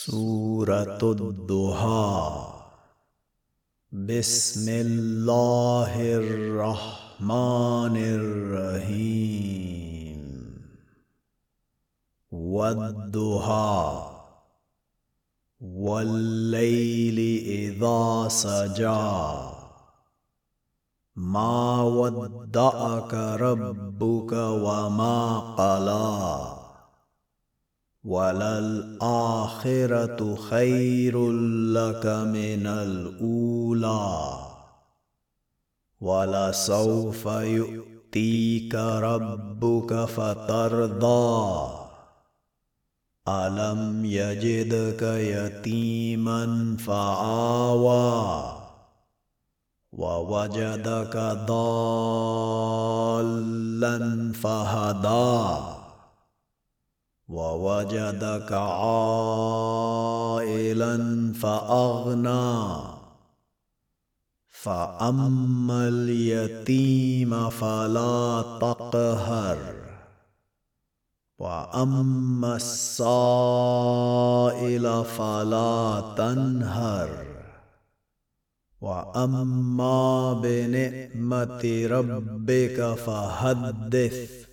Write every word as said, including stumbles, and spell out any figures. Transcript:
سورة الضحى. بسم الله الرحمن الرحيم. والضحى والليل إذا سجى ما ودعك ربك وما قلى وللآخرة خير لك من الأولى ولسوف يؤتيك ربك فترضى ألم يجدك يتيما فآوى ووجدك ضالا فهدى ووجدك عائلا فأغنى فأما اليتيم فلا تقهر وأما السائل فلا تنهر وأما بنعمة ربك فحدث.